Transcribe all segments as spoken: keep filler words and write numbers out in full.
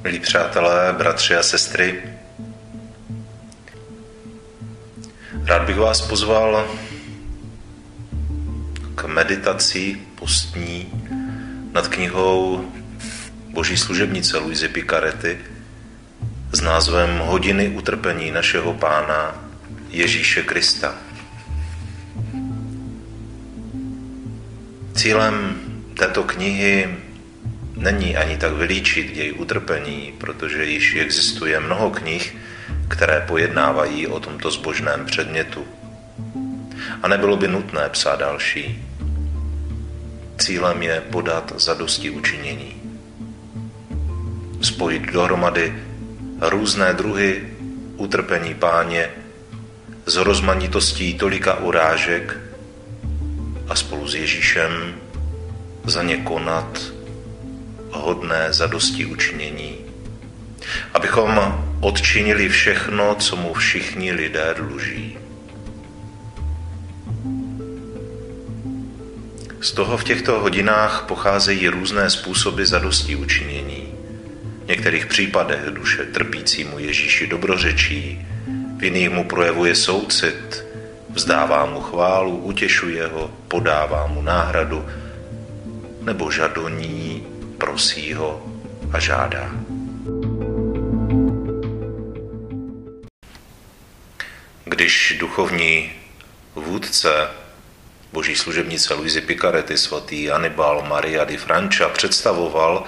Milí přátelé, bratři a sestry, rád bych vás pozval k meditaci postní nad knihou Boží služebnice Luisy Picarety s názvem Hodiny utrpení našeho Pána Ježíše Krista. Cílem této knihy není ani tak vylíčit děj utrpení, protože již existuje mnoho knih, které pojednávají o tomto zbožném předmětu. A nebylo by nutné psát další. Cílem je podat zadosti učinění. Spojit dohromady různé druhy utrpení Páně s rozmanitostí tolika urážek a spolu s Ježíšem za ně konat hodné zadosti učinění, abychom odčinili všechno, co mu všichni lidé dluží. Z toho v těchto hodinách pocházejí různé způsoby zadosti učinění. V některých případech duše trpícímu Ježíši dobrořečí, v jiných mu projevuje soucit, vzdává mu chválu, utěšuje ho, podává mu náhradu, nebo žadoní, prosí ho a žádá. Když duchovní vůdce Boží služebnice Luisy Picarety, svatý Annibal Maria di Francia, představoval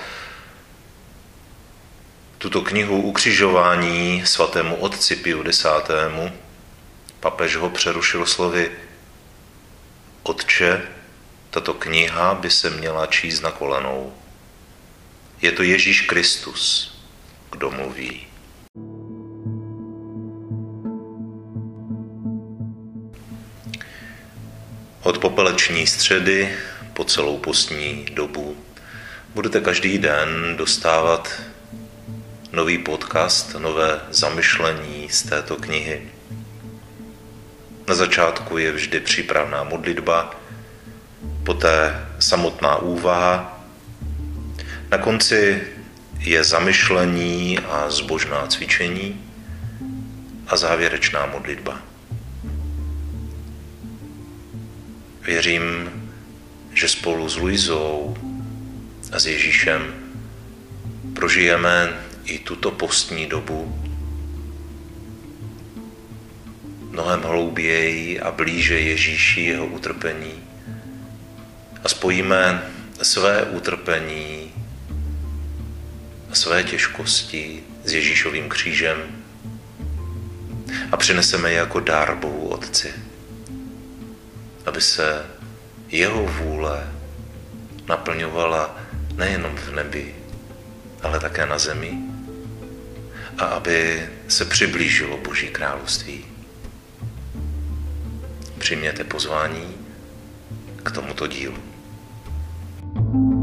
tuto knihu Ukřižování svatému otci Piu desátému, papež ho přerušil slovy: Otče, tato kniha by se měla číst na kolenou. Je to Ježíš Kristus, kdo mluví. Od popeleční středy po celou postní dobu budete každý den dostávat nový podcast, nové zamyšlení z této knihy. Na začátku je vždy přípravná modlitba, poté samotná úvaha, na konci je zamyšlení a zbožná cvičení a závěrečná modlitba. Věřím, že spolu s Luisou a s Ježíšem prožijeme i tuto postní dobu mnohem hlouběji a blíže Ježíši, jeho utrpení, a spojíme své utrpení a své těžkosti s Ježíšovým křížem a přineseme je jako dár Bohu Otci, aby se jeho vůle naplňovala nejenom v nebi, ale také na zemi, a aby se přiblížilo Boží království. Přijměte pozvání k tomuto dílu.